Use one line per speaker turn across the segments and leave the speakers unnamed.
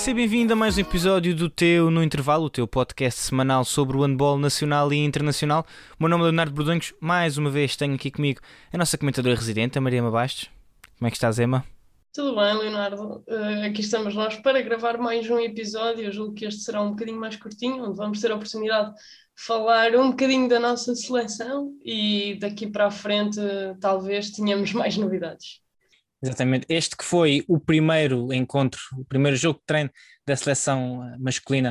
seja bem-vindo a mais um episódio do teu No Intervalo, o teu podcast semanal sobre o handball nacional e internacional. O meu nome é Leonardo Bordonhos, mais uma vez tenho aqui comigo a nossa comentadora residente, a Maria Ema Bastos. Como é que estás, Ema?
Tudo bem, Leonardo. Aqui estamos nós para gravar mais um episódio. Eu julgo que este será um bocadinho mais curtinho, onde vamos ter a oportunidade de falar um bocadinho da nossa seleção e daqui para a frente talvez tenhamos mais novidades.
Exatamente, este que foi o primeiro encontro, o primeiro jogo de treino da seleção masculina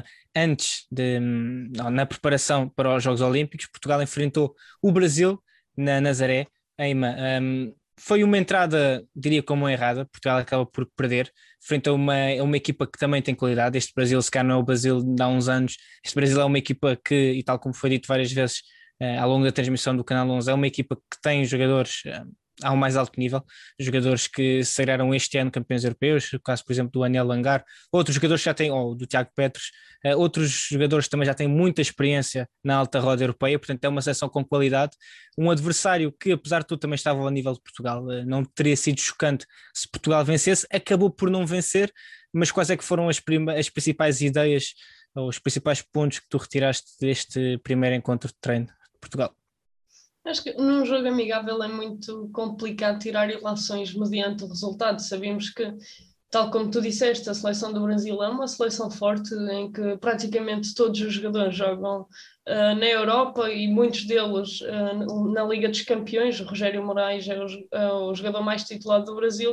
na preparação para os Jogos Olímpicos. Portugal enfrentou o Brasil na Nazaré. Ema, foi uma entrada, diria como errada. Portugal acaba por perder frente a uma equipa que também tem qualidade. Este Brasil, se calhar não é o Brasil de há uns anos, este Brasil é uma equipa que, e tal como foi dito várias vezes ao longo da transmissão do Canal 11, é uma equipa que tem jogadores ao mais alto nível, jogadores que se sagraram este ano campeões europeus, o caso, por exemplo, do Aniel Langar, outros jogadores já têm, ou do Tiago Petros, outros jogadores também já têm muita experiência na alta roda europeia, portanto é uma seleção com qualidade, um adversário que, apesar de tudo, também estava ao nível de Portugal, não teria sido chocante se Portugal vencesse, acabou por não vencer, mas quais é que foram as principais ideias, ou os principais pontos que tu retiraste deste primeiro encontro de treino de Portugal?
Acho que num jogo amigável é muito complicado tirar ilações mediante o resultado. Sabemos que, tal como tu disseste, a seleção do Brasil é uma seleção forte em que praticamente todos os jogadores jogam na Europa e muitos deles na Liga dos Campeões. O Rogério Moraes é o jogador mais titulado do Brasil,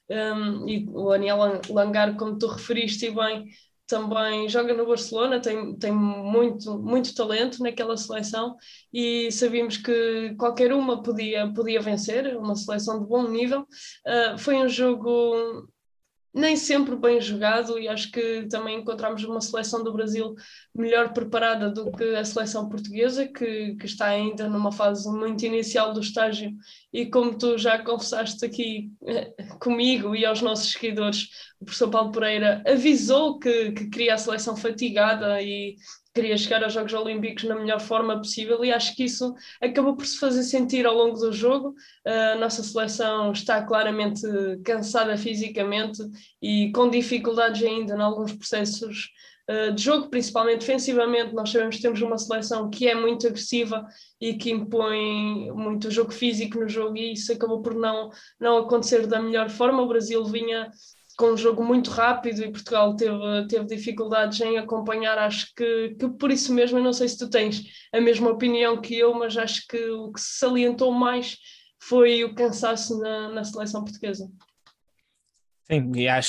e o Aniel Langar, como tu referiste bem, também joga no Barcelona, tem muito talento naquela seleção e sabíamos que qualquer uma podia vencer, uma seleção de bom nível. Foi um jogo nem sempre bem jogado e acho que também encontramos uma seleção do Brasil melhor preparada do que a seleção portuguesa, que está ainda numa fase muito inicial do estágio e como tu já confessaste aqui comigo e aos nossos seguidores, o professor Paulo Pereira avisou que queria a seleção fatigada e queria chegar aos Jogos Olímpicos na melhor forma possível e acho que isso acabou por se fazer sentir ao longo do jogo. A nossa seleção está claramente cansada fisicamente e com dificuldades ainda em alguns processos de jogo, principalmente defensivamente. Nós sabemos que temos uma seleção que é muito agressiva e que impõe muito jogo físico no jogo e isso acabou por não acontecer da melhor forma. O Brasil vinha com um jogo muito rápido e Portugal teve dificuldades em acompanhar. Acho que por isso mesmo, eu não sei se tu tens a mesma opinião que eu, mas acho que o que se salientou mais foi o cansaço na seleção portuguesa.
Sim,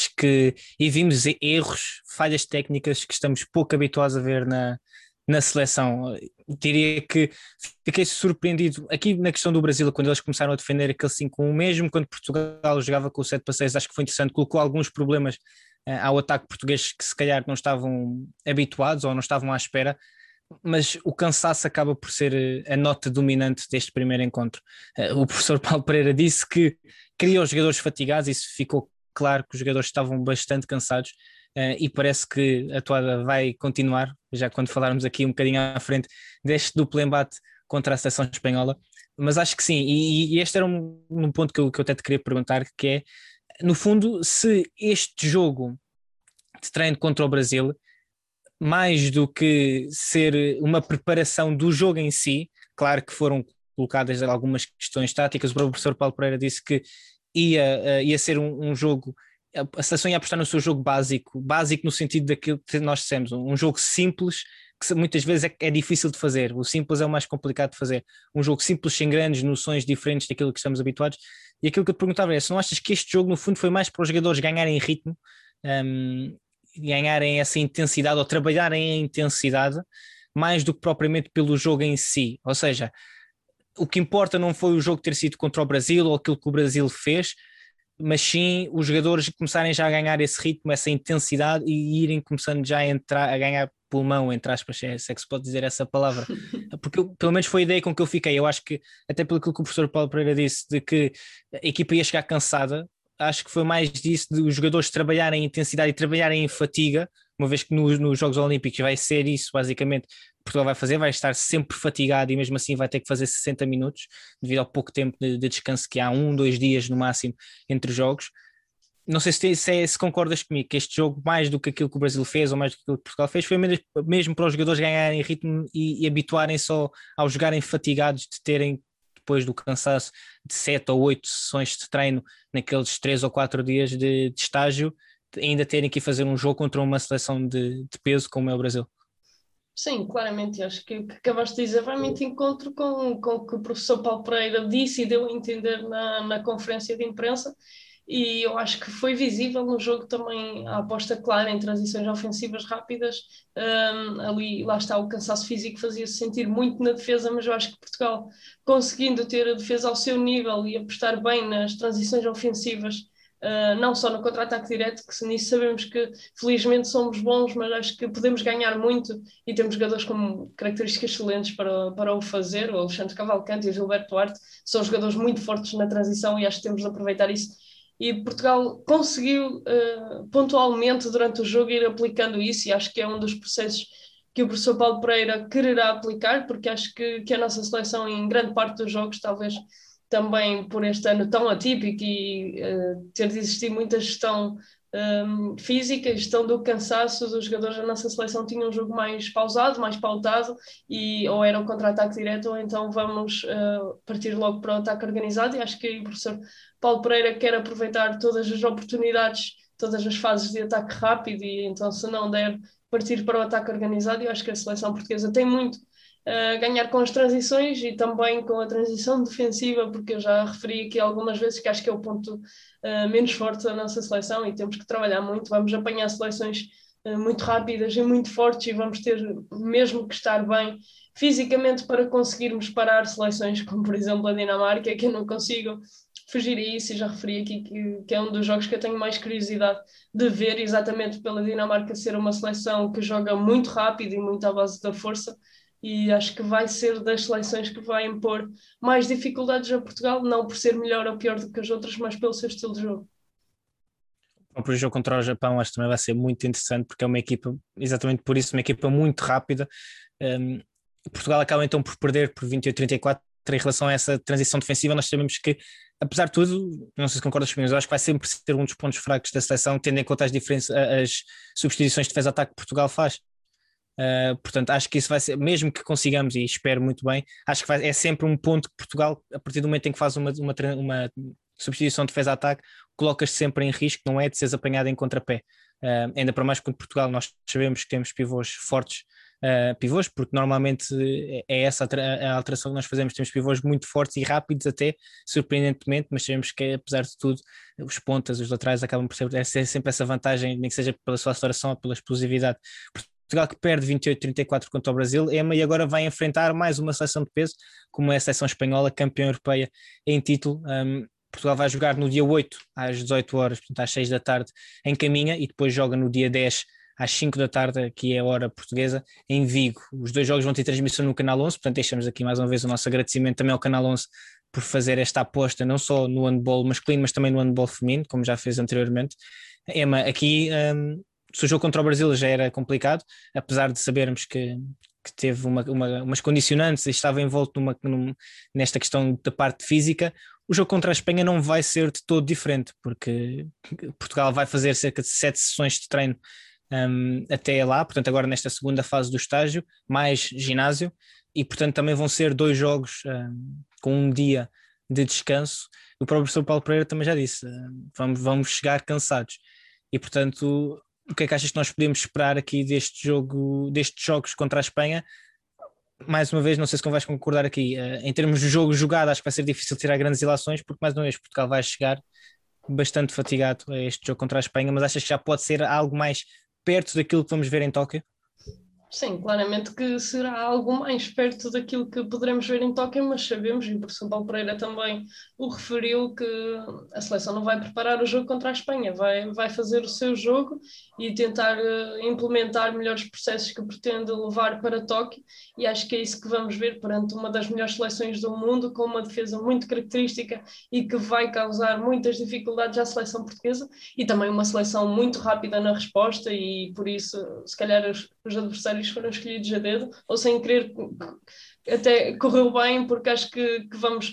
e vimos erros, falhas técnicas que estamos pouco habituados a ver na seleção. Diria que fiquei surpreendido aqui na questão do Brasil, quando eles começaram a defender aquele 5-1, mesmo quando Portugal jogava com o 7-6, acho que foi interessante, colocou alguns problemas ao ataque português que se calhar não estavam habituados ou não estavam à espera, mas o cansaço acaba por ser a nota dominante deste primeiro encontro. O professor Paulo Pereira disse que queria os jogadores fatigados, isso ficou claro que os jogadores estavam bastante cansados e parece que a toada vai continuar, já quando falarmos aqui um bocadinho à frente deste duplo embate contra a seleção espanhola, mas acho que sim, e este era um ponto que eu até te queria perguntar, que é, no fundo, se este jogo de treino contra o Brasil, mais do que ser uma preparação do jogo em si, claro que foram colocadas algumas questões táticas, o professor Paulo Pereira disse que ia ser um jogo, a seleção ia apostar no seu jogo básico no sentido daquilo que nós dissemos, um jogo simples, que muitas vezes é difícil de fazer, o simples é o mais complicado de fazer, um jogo simples sem grandes noções diferentes daquilo que estamos habituados, e aquilo que eu te perguntava é, se não achas que este jogo no fundo foi mais para os jogadores ganharem ritmo, ganharem essa intensidade ou trabalharem a intensidade, mais do que propriamente pelo jogo em si, ou seja, o que importa não foi o jogo ter sido contra o Brasil ou aquilo que o Brasil fez, mas sim os jogadores começarem já a ganhar esse ritmo, essa intensidade e irem começando já a ganhar pulmão, entre aspas, se é que se pode dizer essa palavra, porque pelo menos foi a ideia com que eu fiquei. Eu acho que, até pelo que o professor Paulo Pereira disse, de que a equipa ia chegar cansada, acho que foi mais disso, de os jogadores trabalharem em intensidade e trabalharem em fatiga, uma vez que nos Jogos Olímpicos vai ser isso, basicamente, Portugal vai estar sempre fatigado e mesmo assim vai ter que fazer 60 minutos, devido ao pouco tempo de descanso que há, 1, 2 dias no máximo entre jogos. não sei se concordas comigo, que este jogo, mais do que aquilo que o Brasil fez ou mais do que aquilo que Portugal fez, foi mesmo para os jogadores ganharem ritmo e habituarem só ao jogarem fatigados, de terem, depois do cansaço de 7 ou 8 sessões de treino, naqueles 3 ou 4 dias de estágio, ainda terem que ir fazer um jogo contra uma seleção de peso como é o Brasil.
Sim, claramente, acho que o que acabaste de dizer vai muito de encontro com o que o professor Paulo Pereira disse e deu a entender na conferência de imprensa, e eu acho que foi visível no jogo também a aposta clara em transições ofensivas rápidas. Ali, lá está, o cansaço físico fazia-se sentir muito na defesa, mas eu acho que Portugal, conseguindo ter a defesa ao seu nível e apostar bem nas transições ofensivas, não só no contra-ataque direto, que nisso sabemos que felizmente somos bons, mas acho que podemos ganhar muito e temos jogadores com características excelentes para o fazer. O Alexandre Cavalcante e o Gilberto Duarte são jogadores muito fortes na transição e acho que temos de aproveitar isso. E Portugal conseguiu pontualmente durante o jogo ir aplicando isso, e acho que é um dos processos que o professor Paulo Pereira quererá aplicar, porque acho que a nossa seleção, em grande parte dos jogos, talvez também por este ano tão atípico e ter de existir muita gestão física, gestão do cansaço dos jogadores da nossa seleção, tinham um jogo mais pausado, mais pautado, e ou era o contra-ataque direto ou então vamos partir logo para o ataque organizado, e acho que o professor Paulo Pereira quer aproveitar todas as oportunidades, todas as fases de ataque rápido, e então se não der partir para o ataque organizado, eu acho que a seleção portuguesa tem muito ganhar com as transições e também com a transição defensiva, porque eu já referi aqui algumas vezes que acho que é o ponto menos forte da nossa seleção e temos que trabalhar muito. Vamos apanhar seleções muito rápidas e muito fortes, e vamos ter mesmo que estar bem fisicamente para conseguirmos parar seleções como, por exemplo, a Dinamarca, que eu não consigo fugir a isso, e já referi aqui que é um dos jogos que eu tenho mais curiosidade de ver, exatamente pela Dinamarca ser uma seleção que joga muito rápido e muito à base da força, e acho que vai ser das seleções que vai impor mais dificuldades a Portugal, não por ser melhor ou pior do que as outras, mas pelo seu estilo de jogo.
O próprio jogo contra o Japão acho que também vai ser muito interessante, porque é uma equipa, exatamente por isso, uma equipa muito rápida. Um, Portugal acaba então por perder por 28-34 em relação a essa transição defensiva. Nós sabemos que, apesar de tudo, não sei se concordas comigo, mas eu acho que vai sempre ser um dos pontos fracos da seleção, tendo em conta as diferenças, as substituições de defesa-ataque que Portugal faz. Portanto, acho que isso vai ser, mesmo que consigamos, e espero muito bem, acho que é sempre um ponto que Portugal, a partir do momento em que faz uma substituição de defesa-ataque, colocas sempre em risco, não é de seres apanhado em contrapé. Ainda para mais quando Portugal, nós sabemos que temos pivôs fortes, pivôs, porque normalmente é essa a alteração que nós fazemos, temos pivôs muito fortes e rápidos até, surpreendentemente, mas sabemos que apesar de tudo, os pontas, os laterais acabam por ser sempre essa vantagem, nem que seja pela sua aceleração ou pela explosividade. Portugal que perde 28-34 contra o Brasil, e agora vai enfrentar mais uma seleção de peso, como é a seleção espanhola, campeã europeia em título. Portugal vai jogar no dia 8 às 18 horas, portanto às 6 da tarde em Caminha, e depois joga no dia 10 às 5 da tarde, que é a hora portuguesa, em Vigo. Os dois jogos vão ter transmissão no Canal 11, portanto deixamos aqui mais uma vez o nosso agradecimento também ao Canal 11 por fazer esta aposta, não só no handball masculino, mas também no handball feminino, como já fez anteriormente. Emma, aqui se o jogo contra o Brasil já era complicado, apesar de sabermos que teve umas condicionantes e estava envolto nesta questão da parte física, o jogo contra a Espanha não vai ser de todo diferente, porque Portugal vai fazer cerca de 7 sessões de treino até lá, portanto agora nesta segunda fase do estágio, mais ginásio, e portanto também vão ser 2 jogos com um dia de descanso. O próprio professor Paulo Pereira também já disse, vamos chegar cansados, e portanto o que é que achas que nós podemos esperar aqui destes jogos contra a Espanha? Mais uma vez, não sei se vais concordar aqui, em termos de jogo jogado, acho que vai ser difícil tirar grandes ilações, porque mais uma vez Portugal vai chegar bastante fatigado a este jogo contra a Espanha, mas achas que já pode ser algo mais perto daquilo que vamos ver em Tóquio?
Sim, claramente que será algo mais perto daquilo que poderemos ver em Tóquio, mas sabemos, e o professor Paulo Pereira também o referiu, que a seleção não vai preparar o jogo contra a Espanha, vai fazer o seu jogo e tentar implementar melhores processos que pretende levar para Tóquio, e acho que é isso que vamos ver perante uma das melhores seleções do mundo, com uma defesa muito característica e que vai causar muitas dificuldades à seleção portuguesa, e também uma seleção muito rápida na resposta, e por isso, se calhar, os adversários foram escolhidos a dedo, ou sem querer, até correu bem, porque acho que vamos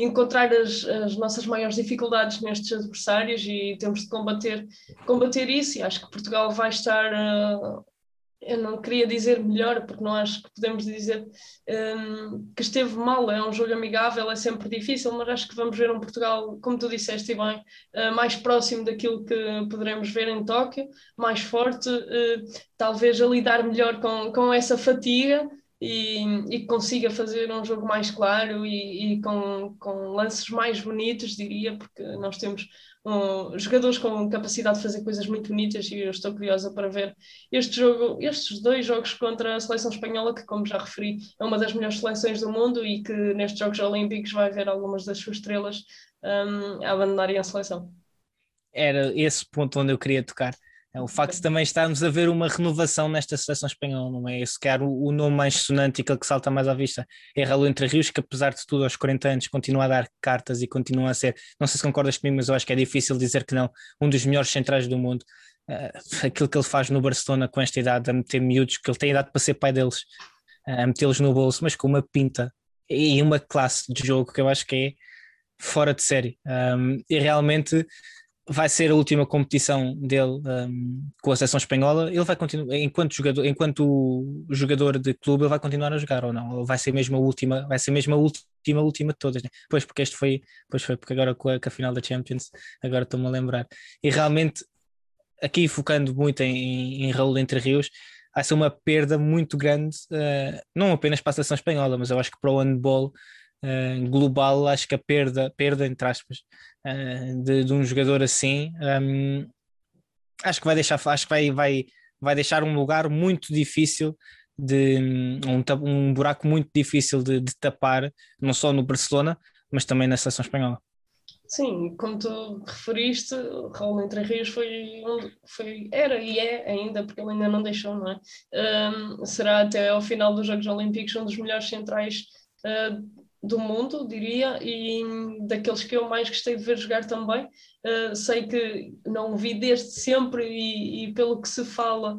encontrar as nossas maiores dificuldades nestes adversários e temos de combater isso, e acho que Portugal vai estar, eu não queria dizer melhor, porque não acho que podemos dizer que esteve mal. É um jogo amigável, é sempre difícil, mas acho que vamos ver um Portugal, como tu disseste, e bem, mais próximo daquilo que poderemos ver em Tóquio, mais forte, talvez a lidar melhor com essa fatiga e que consiga fazer um jogo mais claro e com lances mais bonitos, diria, porque nós temos jogadores com capacidade de fazer coisas muito bonitas e eu estou curiosa para ver estes 2 jogos contra a seleção espanhola, que, como já referi, é uma das melhores seleções do mundo e que nestes Jogos Olímpicos vai ver algumas das suas estrelas a abandonarem a seleção.
Era esse ponto onde eu queria tocar. O facto de também estarmos a ver uma renovação nesta seleção espanhola, não é? Esse que era o nome mais sonante e aquele que salta mais à vista é Raul Entre Rios, que apesar de tudo aos 40 anos continua a dar cartas e continua a ser, não sei se concordas comigo, mas eu acho que é difícil dizer que não, um dos melhores centrais do mundo. Aquilo que ele faz no Barcelona com esta idade, a meter miúdos, que ele tem idade para ser pai deles, a metê-los no bolso, mas com uma pinta e uma classe de jogo que eu acho que é fora de série. E realmente vai ser a última competição dele com a seleção espanhola. Ele vai continuar, enquanto jogador de clube, ele vai continuar a jogar ou não? Ou vai ser mesmo a última, vai ser mesmo a última de todas, né? Pois porque pois foi porque agora com a final da Champions, agora estou-me a lembrar. E realmente, aqui focando muito em Raul Entre Rios, vai ser uma perda muito grande, não apenas para a seleção espanhola, mas eu acho que para o handball global, acho que a perda entre aspas, de um jogador assim, acho que vai deixar, acho que vai deixar um lugar muito difícil um buraco muito difícil de tapar, não só no Barcelona, mas também na seleção espanhola.
Sim, como tu referiste, o Raul Entre Rios era e é ainda, porque ele ainda não deixou, não é? Será até ao final dos Jogos Olímpicos um dos melhores centrais do mundo, diria, e daqueles que eu mais gostei de ver jogar também. Sei que não o vi desde sempre e pelo que se fala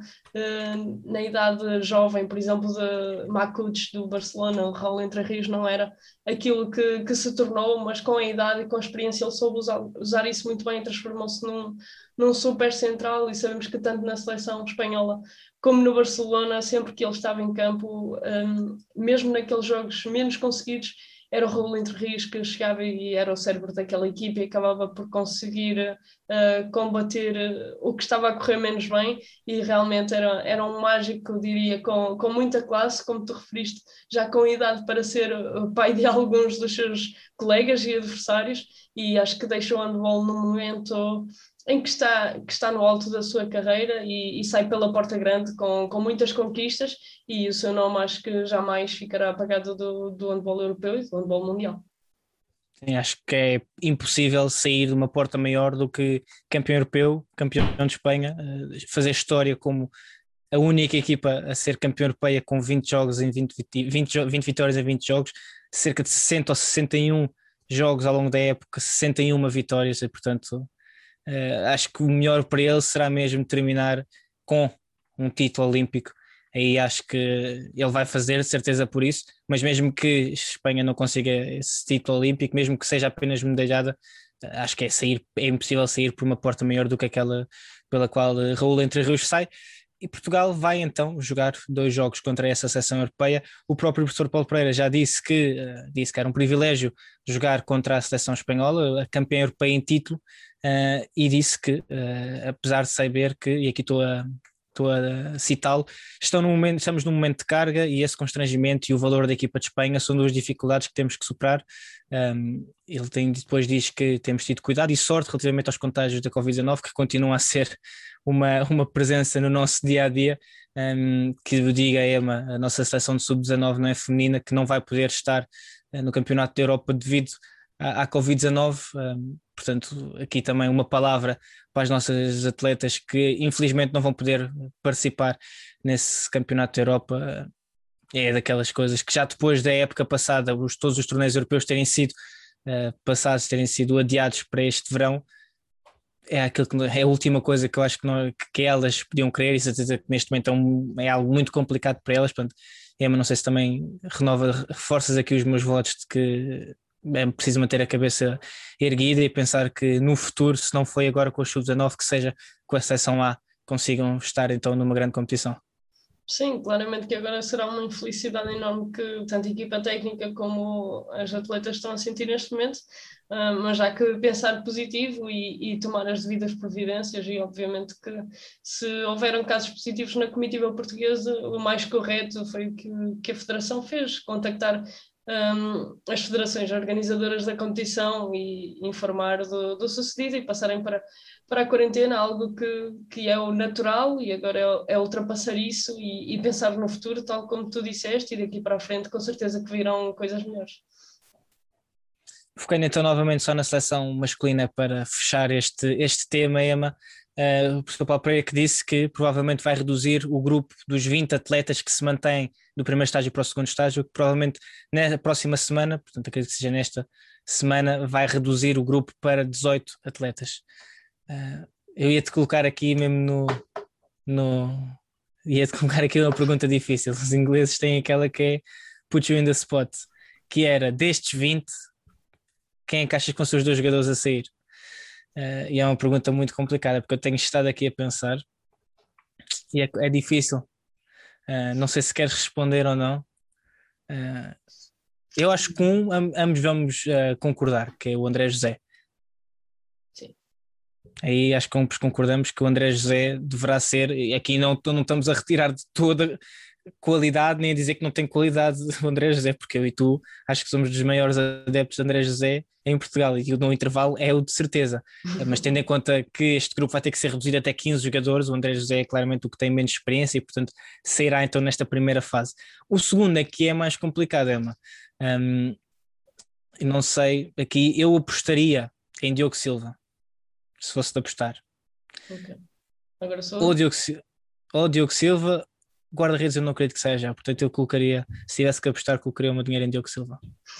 na idade jovem, por exemplo, de Makuc do Barcelona, o Raul Entre Rios não era aquilo que se tornou, mas com a idade e com a experiência ele soube usar isso muito bem e transformou-se num super central, e sabemos que tanto na seleção espanhola como no Barcelona, sempre que ele estava em campo, mesmo naqueles jogos menos conseguidos, era o Raul Entre Rios que chegava e era o cérebro daquela equipe e acabava por conseguir combater o que estava a correr menos bem, e realmente era um mágico, eu diria, com muita classe, como tu referiste, já com idade para ser o pai de alguns dos seus colegas e adversários, e acho que deixou o handball num momento em que está no alto da sua carreira e sai pela porta grande com muitas conquistas, e o seu nome acho que jamais ficará apagado do handball europeu e do handball mundial.
Sim, acho que é impossível sair de uma porta maior do que campeão europeu, campeão de Espanha, fazer história como a única equipa a ser campeã europeia com 20 jogos em 20 vitórias em 20 jogos, cerca de 60 ou 61 jogos ao longo da época, 61 vitórias, e portanto acho que o melhor para ele será mesmo terminar com um título olímpico. Aí acho que ele vai fazer, de certeza por isso, mas mesmo que Espanha não consiga esse título olímpico, mesmo que seja apenas medalhada, acho que é impossível sair por uma porta maior do que aquela pela qual Raul Entre Rios sai. E Portugal vai então jogar 2 jogos contra essa seleção europeia. O próprio professor Paulo Pereira já disse que era um privilégio jogar contra a seleção espanhola, a campeã europeia em título, e disse que, apesar de saber que, e aqui estou a citá-lo, estamos num momento de carga, e esse constrangimento e o valor da equipa de Espanha são 2 dificuldades que temos que superar. Ele depois diz que temos tido cuidado e sorte relativamente aos contágios da Covid-19, que continuam a ser uma presença no nosso dia-a-dia. Que eu diga, Emma, a nossa seleção de sub-19 não é feminina, que não vai poder estar no Campeonato da Europa devido à Covid-19. Portanto, aqui também uma palavra para as nossas atletas que infelizmente não vão poder participar nesse Campeonato da Europa. É daquelas coisas que já depois da época passada, todos os torneios europeus terem sido passados, terem sido adiados para este verão, é aquilo que é a última coisa que eu acho que elas podiam querer, e certeza que neste momento é algo muito complicado para elas. Portanto, Emma, não sei se também reforças aqui os meus votos de que é preciso manter a cabeça erguida e pensar que no futuro, se não foi agora com o Sub-19, que seja com a seleção A, consigam estar então numa grande competição.
Sim, claramente que agora será uma infelicidade enorme que tanto a equipa técnica como as atletas estão a sentir neste momento, mas há que pensar positivo e tomar as devidas providências e obviamente que se houveram casos positivos na comitiva portuguesa, o mais correto foi o que a Federação fez, contactar as federações organizadoras da competição e informar do sucedido e passarem para a quarentena, algo que é o natural e agora é ultrapassar isso e pensar no futuro, tal como tu disseste, e daqui para a frente com certeza que virão coisas melhores.
Focando então novamente só na seleção masculina para fechar este tema, Emma, o professor Paulo Pereira que disse que provavelmente vai reduzir o grupo dos 20 atletas que se mantêm do primeiro estágio para o segundo estágio, que provavelmente na próxima semana, portanto acredito que seja nesta semana, vai reduzir o grupo para 18 atletas. Eu ia-te colocar aqui mesmo no... Ia-te colocar aqui uma pergunta difícil. Os ingleses têm aquela que é put you in the spot, que era destes 20, quem é que achas que vão ser os dois jogadores a sair? E é uma pergunta muito complicada, porque eu tenho estado aqui a pensar e é difícil. Não sei se queres responder ou não. Eu acho que ambos vamos concordar, que é o André José.
Sim.
Aí acho que ambos concordamos que o André José deverá ser, e aqui não estamos a retirar de toda qualidade, nem a dizer que não tem qualidade o André José, porque eu e tu acho que somos dos maiores adeptos de André José em Portugal e o no intervalo é o de certeza, mas tendo em conta que este grupo vai ter que ser reduzido até 15 jogadores, o André José é claramente o que tem menos experiência e portanto sairá então nesta primeira fase. O segundo é que é mais complicado, Emma. Não sei, aqui eu apostaria em Diogo Silva, se fosse de apostar.
Okay. Agora
Ou
sou
Diogo Silva, guarda-redes eu não acredito que seja, portanto eu colocaria, se tivesse que apostar, colocaria o meu dinheiro em Diogo Silva.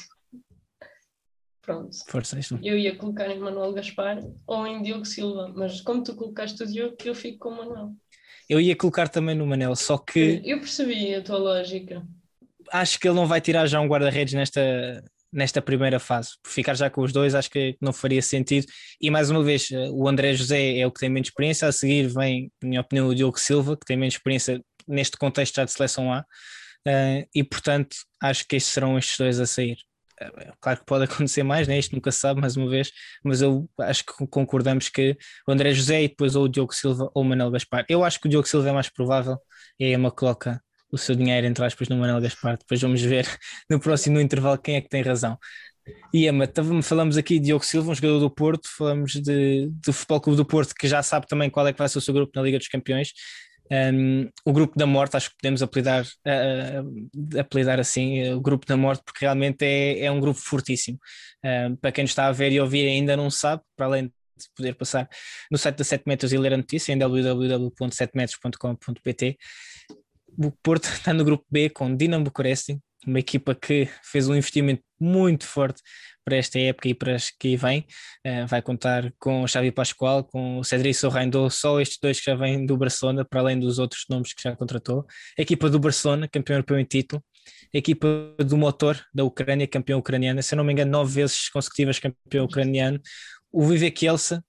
pronto.
Força, isto.
Eu ia colocar em Manuel Gaspar ou em Diogo Silva, mas como tu colocaste o Diogo, eu fico com o Manuel.
Eu ia colocar também no Manel, só que
Eu percebi a tua lógica.
acho que ele não vai tirar já um guarda-redes nesta primeira fase. Por ficar já com os dois, acho que não faria sentido. E mais uma vez, o André José é o que tem menos experiência. A seguir vem, na minha opinião, o Diogo Silva, que tem menos experiência neste contexto já de seleção A. E portanto, acho que estes serão estes dois a sair. Claro que pode acontecer mais, né? Isto nunca se sabe, mais uma vez, mas eu acho que concordamos que o André José e depois ou o Diogo Silva ou o Manuel Gaspar. Eu acho que o Diogo Silva é mais provável e aí a Emma coloca o seu dinheiro entre aspas no Manuel Gaspar. Depois vamos ver no próximo intervalo quem é que tem razão. E Emma, falamos aqui de Diogo Silva, um jogador do Porto, falamos do Futebol Clube do Porto, que já sabe também qual é que vai ser o seu grupo na Liga dos Campeões. O grupo da morte, acho que podemos apelidar assim o grupo da morte, porque realmente é um grupo fortíssimo. Para quem nos está a ver e ouvir ainda não sabe, para além de poder passar no site da 7 metros e ler a notícia em www.7metros.com.pt, o Porto está no grupo B com Dinamo Bucareste, uma equipa que fez um investimento muito forte para esta época e para as que vem. Vai contar com o Xavi Pascual, com o Cedric Sorrando, só estes dois que já vêm do Barcelona, para além dos outros nomes que já contratou. A equipa do Barcelona, campeão europeu em título. A equipa do Motor, da Ucrânia, campeão ucraniana, se eu não me engano 9 vezes consecutivas campeão ucraniano. O Vivek Kielsa,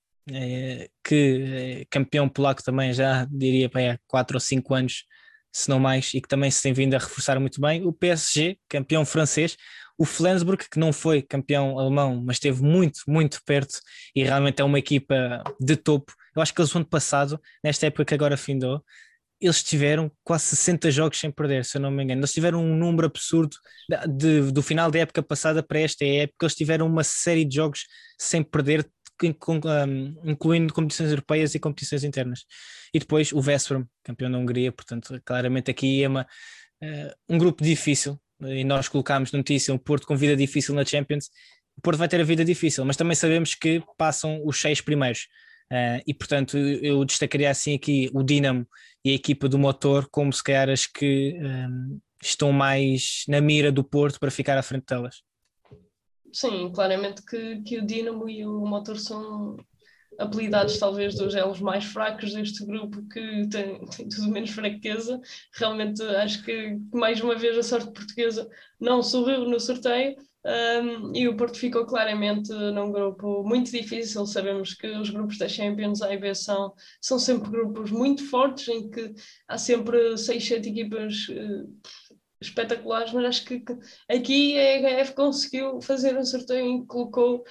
que é campeão polaco também já diria para há 4 ou 5 anos, se não mais, e que também se tem vindo a reforçar muito bem. O PSG, campeão francês. O Flensburg, que não foi campeão alemão, mas esteve muito, muito perto e realmente é uma equipa de topo. Eu acho que eles, no ano passado, nesta época que agora findou, eles tiveram quase 60 jogos sem perder, se eu não me engano. Eles tiveram um número absurdo do final da época passada para esta época. Eles tiveram uma série de jogos sem perder, incluindo competições europeias e competições internas. E depois o Veszprém, campeão da Hungria, portanto, claramente aqui é um grupo difícil, e nós colocámos notícia, um Porto com vida difícil na Champions. O Porto vai ter a vida difícil, mas também sabemos que passam os 6 primeiros. E portanto eu destacaria assim aqui o Dinamo e a equipa do Motor como se calhar as que estão mais na mira do Porto para ficar à frente delas.
Sim, claramente que o Dinamo e o Motor são apelidados talvez dos elos mais fracos deste grupo que tem tudo menos fraqueza. Realmente acho que mais uma vez a sorte portuguesa não sorriu no sorteio, e o Porto ficou claramente num grupo muito difícil. Sabemos que os grupos da Champions A e B são sempre grupos muito fortes, em que há sempre 6, 7 equipas espetaculares, mas acho que aqui a EHF conseguiu fazer um sorteio em que colocou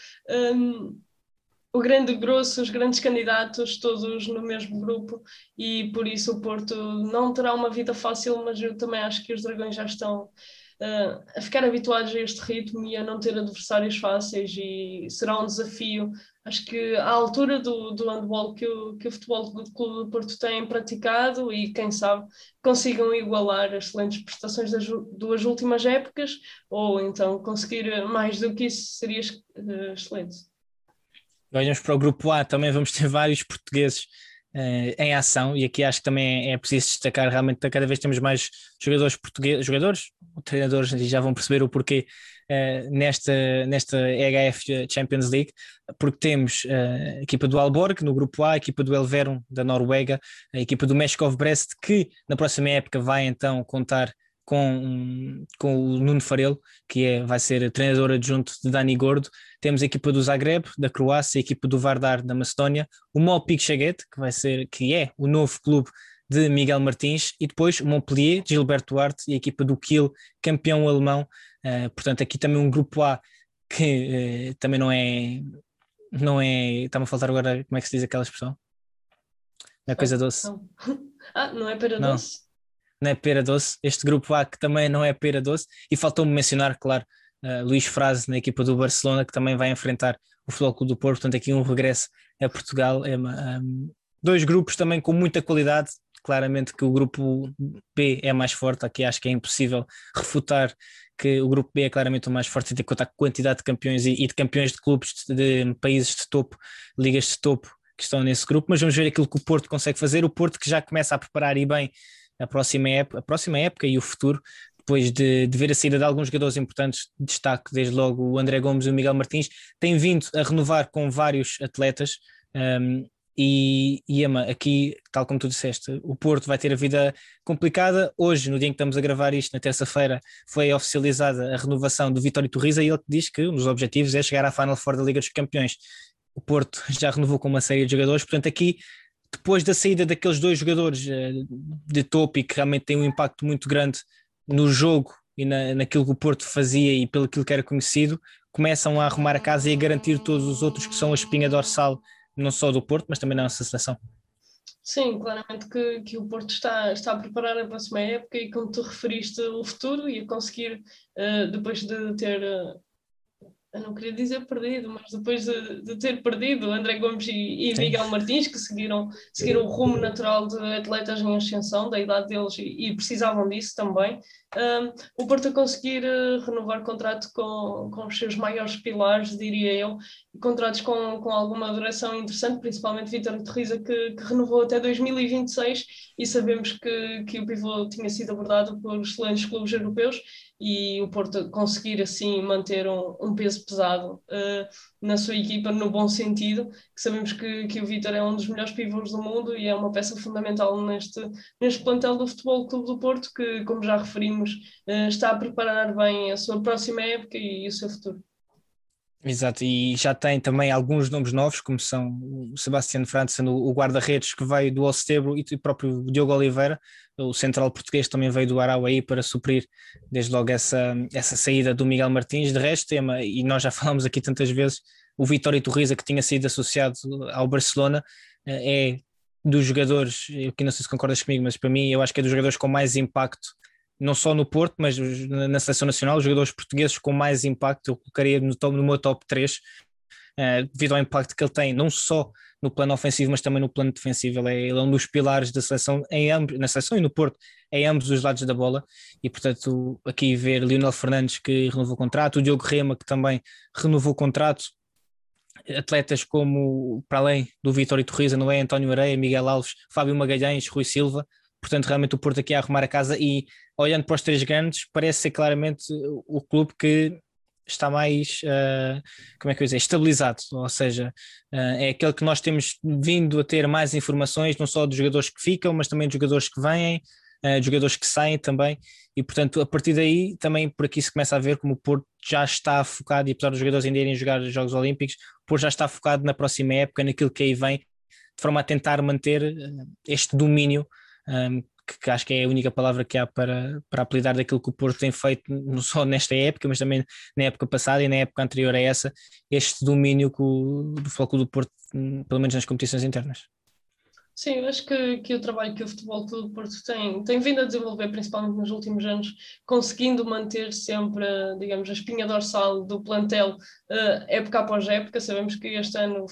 o grande grosso, os grandes candidatos, todos no mesmo grupo, e por isso o Porto não terá uma vida fácil, mas eu também acho que os Dragões já estão a ficar habituados a este ritmo e a não ter adversários fáceis, e será um desafio. Acho que à altura do handball que o Futebol do Clube do Porto tem praticado, e quem sabe consigam igualar as excelentes prestações das duas últimas épocas, ou então conseguir mais do que isso seria excelente.
Olhamos para o grupo A, também vamos ter vários portugueses em ação, e aqui acho que também é preciso destacar, realmente cada vez temos mais jogadores portugueses, treinadores, e já vão perceber o porquê nesta EHF Champions League, porque temos a equipa do Aalborg no grupo A, a equipa do Elverum da Noruega, a equipa do Meshkov Brest, que na próxima época vai então contar com o Nuno Farelo, vai ser treinador adjunto de Dani Gordo. Temos a equipa do Zagreb, da Croácia, a equipa do Vardar, da Macedónia, o Mopik Shaget, que é o novo clube de Miguel Martins, e depois o Montpellier, de Gilberto Duarte, e a equipa do Kiel, campeão alemão. Portanto, aqui também um grupo A que também não é, está-me a faltar agora, como é que se diz aquela expressão? Não é coisa doce.
Não. Não é pera
não.
doce?
Não é pera doce, este grupo A que também não é pera doce, e faltou-me mencionar, claro, Luís Frazes na equipa do Barcelona, que também vai enfrentar o Futebol Clube do Porto, portanto aqui um regresso a Portugal. Dois grupos também com muita qualidade, claramente que o grupo B é mais forte, aqui acho que é impossível refutar que o grupo B é claramente o mais forte, e tem que contar com a quantidade de campeões e de campeões de clubes de países de topo, ligas de topo que estão nesse grupo, mas vamos ver aquilo que o Porto consegue fazer, o Porto que já começa a preparar e bem a próxima época e o futuro, depois de ver a saída de alguns jogadores importantes de destaque, desde logo o André Gomes e o Miguel Martins, tem vindo a renovar com vários atletas, Ema, aqui, tal como tu disseste, o Porto vai ter a vida complicada. Hoje, no dia em que estamos a gravar isto, na terça-feira, foi oficializada a renovação do Vítor Iturriza, e ele diz que um dos objetivos é chegar à Final Four da Liga dos Campeões. O Porto já renovou com uma série de jogadores, portanto aqui, depois da saída daqueles dois jogadores de topo e que realmente têm um impacto muito grande no jogo e naquilo que o Porto fazia e pelo que era conhecido, começam a arrumar a casa e a garantir todos os outros que são a espinha dorsal, não só do Porto, mas também da nossa seleção.
Sim, claramente que o Porto está a preparar a próxima época, e como tu referiste, o futuro, e a conseguir, depois de ter... eu não queria dizer perdido, mas depois de ter perdido André Gomes e Miguel Martins, que seguiram o rumo natural de atletas em ascensão, da idade deles, e precisavam disso também, o Porto a conseguir renovar contrato com os seus maiores pilares, diria eu, contratos com alguma duração interessante, principalmente Vítor Iturriza, que renovou até 2026, e sabemos que o pivô tinha sido abordado por excelentes clubes europeus, e o Porto conseguir assim manter um peso pesado na sua equipa, no bom sentido, que sabemos que o Vítor é um dos melhores pivôs do mundo e é uma peça fundamental neste plantel do Futebol Clube do Porto, que, como já referimos, está a preparar bem a sua próxima época e o seu futuro.
Exato, e já tem também alguns nomes novos, como são o Sebastião França, o guarda-redes que veio do Olstebro, e o próprio Diogo Oliveira, o central português, também veio do Arauaí para suprir desde logo essa saída do Miguel Martins. De resto, e nós já falamos aqui tantas vezes, o Vítor Iturriza, que tinha sido associado ao Barcelona, é dos jogadores, eu que não sei se concordas comigo, mas para mim eu acho que é dos jogadores com mais impacto, não só no Porto, mas na seleção nacional, os jogadores portugueses com mais impacto, eu colocaria no meu top 3, devido ao impacto que ele tem, não só no plano ofensivo, mas também no plano defensivo. Ele é um dos pilares da seleção, na seleção e no Porto, em ambos os lados da bola, e portanto aqui ver Lionel Fernandes, que renovou o contrato, o Diogo Rema, que também renovou o contrato, atletas como, para além do Vítor Iturriza, não é? António Areia, Miguel Alves, Fábio Magalhães, Rui Silva. Portanto, realmente o Porto aqui a arrumar a casa, e olhando para os três grandes, parece ser claramente o clube que está mais, como é que eu dizer, estabilizado, ou seja, é aquele que nós temos vindo a ter mais informações, não só dos jogadores que ficam, mas também dos jogadores que vêm, dos jogadores que saem também, e portanto a partir daí também por aqui se começa a ver como o Porto já está focado, e apesar dos jogadores ainda irem jogar os Jogos Olímpicos, o Porto já está focado na próxima época, naquilo que aí vem, de forma a tentar manter este domínio, que acho que é a única palavra que há para apelidar daquilo que o Porto tem feito, não só nesta época, mas também na época passada e na época anterior a essa, este domínio do Futebol Clube do Porto, pelo menos nas competições internas.
Sim, eu acho que o trabalho que o Futebol Clube do Porto tem vindo a desenvolver, principalmente nos últimos anos, conseguindo manter sempre, digamos, a espinha dorsal do plantel, época após época. Sabemos que este ano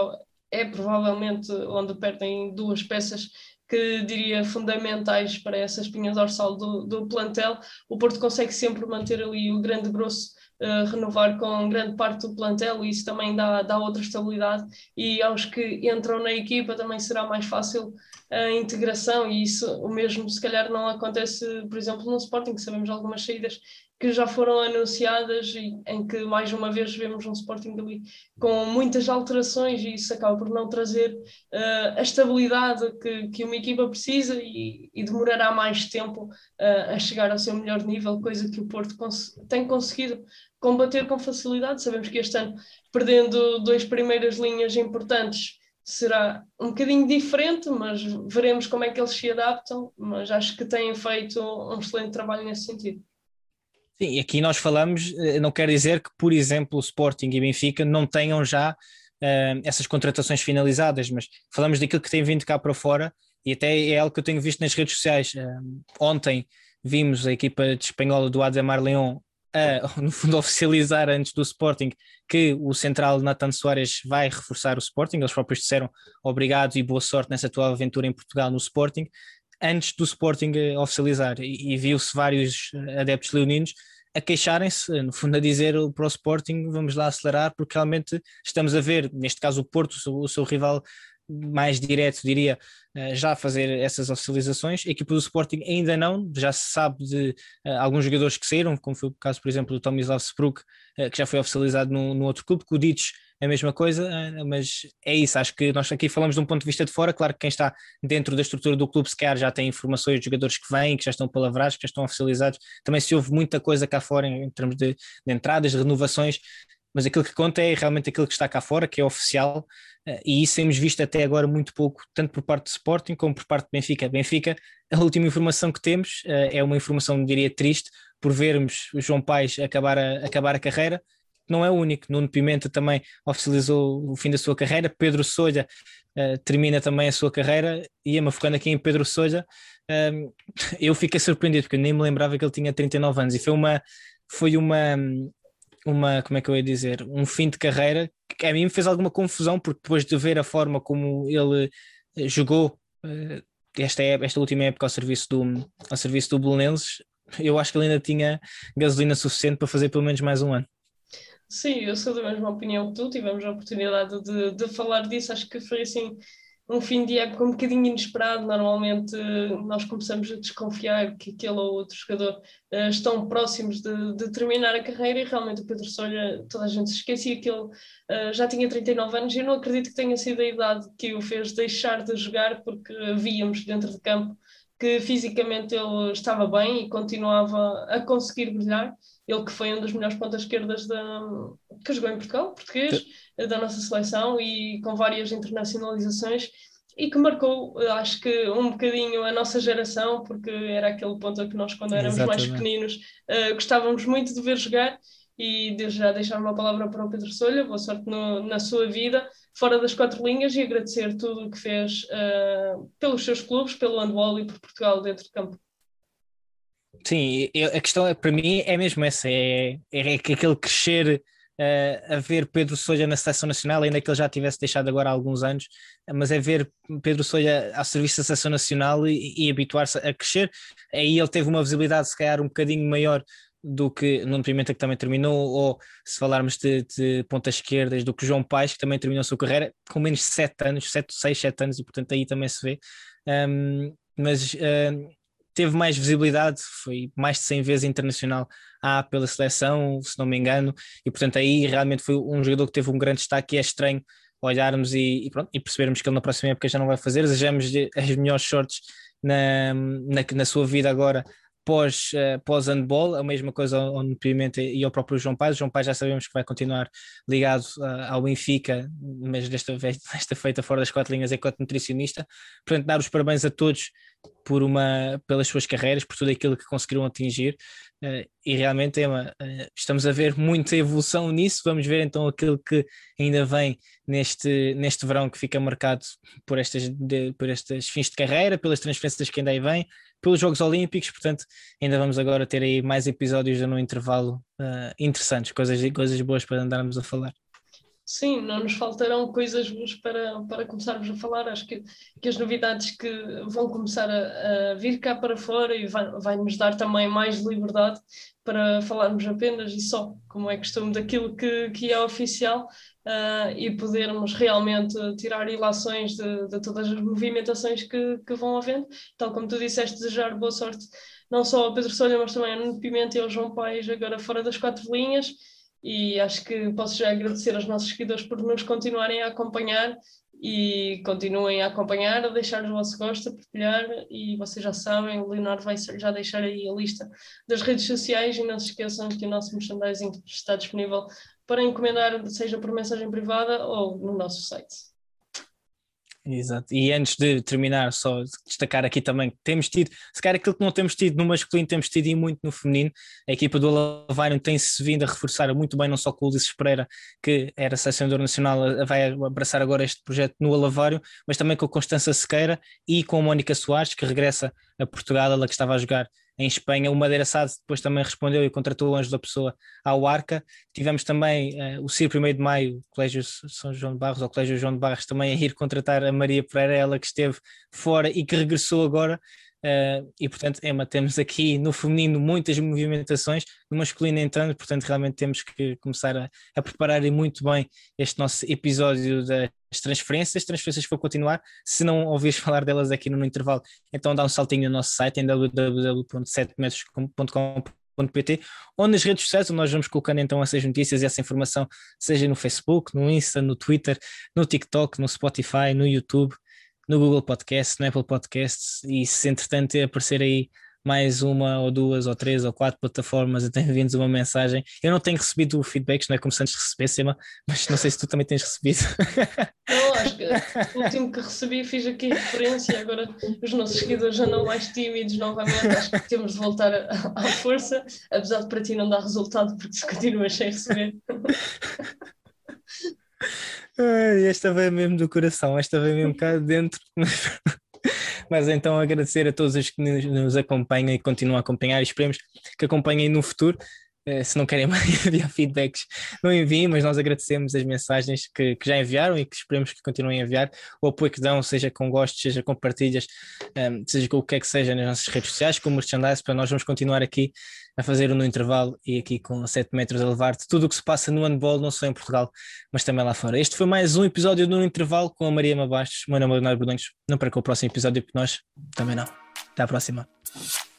é provavelmente onde perdem duas peças que diria fundamentais para essa espinha dorsal do plantel. O Porto consegue sempre manter ali o grande grosso, renovar com grande parte do plantel, e isso também dá outra estabilidade, e aos que entram na equipa também será mais fácil a integração, e isso o mesmo se calhar não acontece, por exemplo, no Sporting, que sabemos algumas saídas que já foram anunciadas e em que mais uma vez vemos um Sporting ali com muitas alterações, e isso acaba por não trazer a estabilidade que uma equipa precisa, e demorará mais tempo a chegar ao seu melhor nível, coisa que o Porto tem conseguido combater com facilidade. Sabemos que este ano, perdendo duas primeiras linhas importantes, será um bocadinho diferente, mas veremos como é que eles se adaptam, mas acho que têm feito um excelente trabalho nesse sentido.
Sim, e aqui nós falamos, não quer dizer que, por exemplo, o Sporting e Benfica não tenham já essas contratações finalizadas, mas falamos daquilo que tem vindo cá para fora, e até é algo que eu tenho visto nas redes sociais. Ontem vimos a equipa de espanhola do Ademar León no fundo oficializar antes do Sporting que o central Nathan Soares vai reforçar o Sporting. Eles próprios disseram obrigado e boa sorte nessa tua aventura em Portugal no Sporting, antes do Sporting oficializar, e viu-se vários adeptos leoninos a queixarem-se, no fundo a dizer para o Sporting vamos lá acelerar, porque realmente estamos a ver, neste caso o Porto, o seu rival mais direto, diria, já a fazer essas oficializações. A equipa do Sporting ainda não, já se sabe de alguns jogadores que saíram, como foi o caso, por exemplo, do Tomislav Spruk, que já foi oficializado no outro clube, que o Dites é a mesma coisa, mas é isso, acho que nós aqui falamos de um ponto de vista de fora. Claro que quem está dentro da estrutura do clube se calhar já tem informações de jogadores que vêm, que já estão palavrados, que já estão oficializados. Também se houve muita coisa cá fora em termos de entradas, de renovações, mas aquilo que conta é realmente aquilo que está cá fora, que é oficial, e isso temos visto até agora muito pouco, tanto por parte do Sporting como por parte do Benfica. Benfica, a última informação que temos é uma informação, diria, triste, por vermos o João Paes acabar a carreira. Não é o único, Nuno Pimenta também oficializou o fim da sua carreira, Pedro Sousa termina também a sua carreira, e eu-me focando aqui em Pedro Sousa, eu fiquei surpreendido, porque eu nem me lembrava que ele tinha 39 anos, e foi uma, como é que eu ia dizer, um fim de carreira que a mim me fez alguma confusão, porque depois de ver a forma como ele jogou esta última época ao serviço do Belenenses, eu acho que ele ainda tinha gasolina suficiente para fazer pelo menos mais um ano.
Sim, eu sou da mesma opinião que tu, tivemos a oportunidade de falar disso. Acho que foi assim um fim de época um bocadinho inesperado. Normalmente nós começamos a desconfiar que aquele ou outro jogador estão próximos de terminar a carreira, e realmente o Pedro Sousa, toda a gente se esquecia que ele já tinha 39 anos, e eu não acredito que tenha sido a idade que o fez deixar de jogar, porque víamos dentro de campo que fisicamente ele estava bem e continuava a conseguir brilhar. Ele que foi um dos melhores pontas esquerdas que jogou em Portugal, português, da nossa seleção, e com várias internacionalizações, e que marcou, acho que um bocadinho a nossa geração, porque era aquele ponto que nós, quando éramos mais
Exatamente.
pequeninos, gostávamos muito de ver jogar. E desde já deixar uma palavra para o Pedro Sousa, boa sorte na sua vida, fora das quatro linhas, e agradecer tudo o que fez pelos seus clubes, pelo handball e por Portugal dentro de campo.
Sim, a questão para mim é mesmo essa, é que aquele crescer a ver Pedro Sousa na seleção nacional, ainda que ele já tivesse deixado agora há alguns anos, mas é ver Pedro Sousa ao serviço da seleção nacional e habituar-se a crescer. Aí ele teve uma visibilidade se calhar um bocadinho maior do que Nuno Pimenta, que também terminou, ou se falarmos de pontas esquerdas, do que João Paes, que também terminou a sua carreira com menos de 7 anos, 6, 7 anos, e portanto aí também se vê. Mas teve mais visibilidade, foi mais de 100 vezes internacional pela seleção, se não me engano, e portanto aí realmente foi um jogador que teve um grande destaque, e é estranho olharmos e percebermos que ele na próxima época já não vai fazer. Desejamos as melhores sortes na sua vida agora pós-handball, a mesma coisa ao Nuno Pimenta e ao próprio João Paz. O João Paz já sabemos que vai continuar ligado ao Benfica, mas desta feita fora das 4 linhas enquanto nutricionista. Portanto, dar os parabéns a todos pelas suas carreiras, por tudo aquilo que conseguiram atingir, e realmente estamos a ver muita evolução nisso. Vamos ver então aquilo que ainda vem neste verão, que fica marcado por estes fins de carreira, pelas transferências que ainda aí vêm, pelos Jogos Olímpicos. Portanto, ainda vamos agora ter aí mais episódios no intervalo interessantes, coisas boas para andarmos a falar.
Sim, não nos faltarão coisas boas para começarmos a falar. Acho que as novidades que vão começar a vir cá para fora e vai-nos dar também mais liberdade para falarmos apenas e só, como é costume, daquilo que é oficial, e podermos realmente tirar ilações de todas as movimentações que vão havendo. Tal como tu disseste, desejar boa sorte não só ao Pedro Solha, mas também ao Nuno Pimenta e ao João Paes, agora fora das 4 linhas. E acho que posso já agradecer aos nossos seguidores por nos continuarem a acompanhar, e continuem a acompanhar, a deixar o vosso gosto, a partilhar, e vocês já sabem, o Leonardo vai já deixar aí a lista das redes sociais, e não se esqueçam que o nosso merchandising está disponível para encomendar, seja por mensagem privada ou no nosso site.
Exato. E antes de terminar, só destacar aqui também que temos tido, se calhar aquilo que não temos tido no masculino, temos tido e muito no feminino. A equipa do Alavário tem-se vindo a reforçar muito bem, não só com o Ulisses Pereira, que era selecionador nacional, vai abraçar agora este projeto no Alavário, mas também com a Constança Sequeira e com a Mónica Soares, que regressa a Portugal, ela que estava a jogar em Espanha. O Madeira Sade depois também respondeu e contratou o Ângelo da Pessoa ao Arca. Tivemos também o CIR 1º de Maio, o Colégio São João de Barros, ou Colégio João de Barros, também a ir contratar a Maria Pereira, ela que esteve fora e que regressou agora. E portanto, Emma, temos aqui no feminino muitas movimentações, no masculino entrando, portanto realmente temos que começar a preparar muito bem este nosso episódio das transferências que vão continuar. Se não ouvires falar delas aqui no intervalo, então dá um saltinho no nosso site em www.7metros.com.pt ou nas redes sociais, onde nós vamos colocando então essas notícias e essa informação, seja no Facebook, no Insta, no Twitter, no TikTok, no Spotify, no YouTube, no Google Podcast, no Apple Podcasts. E se entretanto aparecer aí mais uma ou duas ou três ou quatro plataformas e tem-vindos uma mensagem, eu não tenho recebido feedbacks, não é como se antes recebesse, Emma, mas não sei se tu também tens recebido.
Não, acho que o último que recebi, fiz aqui referência, agora os nossos seguidores andam mais tímidos novamente, acho que temos de voltar à força, apesar de para ti não dar resultado porque tu continuas sem receber.
Esta veio mesmo do coração, esta veio mesmo cá dentro. Mas então agradecer a todos os que nos acompanham e continuam a acompanhar, e esperemos que acompanhem no futuro. Se não querem mais enviar feedbacks, não enviem, mas nós agradecemos as mensagens que já enviaram e que esperemos que continuem a enviar, o apoio que dão, seja com gostos, seja com partilhas, seja com o que é que seja nas nossas redes sociais, com o merchandise. Para nós vamos continuar aqui a fazer no intervalo e aqui com 7 metros a levar-te tudo o que se passa no handball, não só em Portugal, mas também lá fora. Este foi mais um episódio do Intervalo com a Maria Mabastos. O meu nome é Leonardo Bordões. Não perca o próximo episódio, porque nós também não. Até à próxima.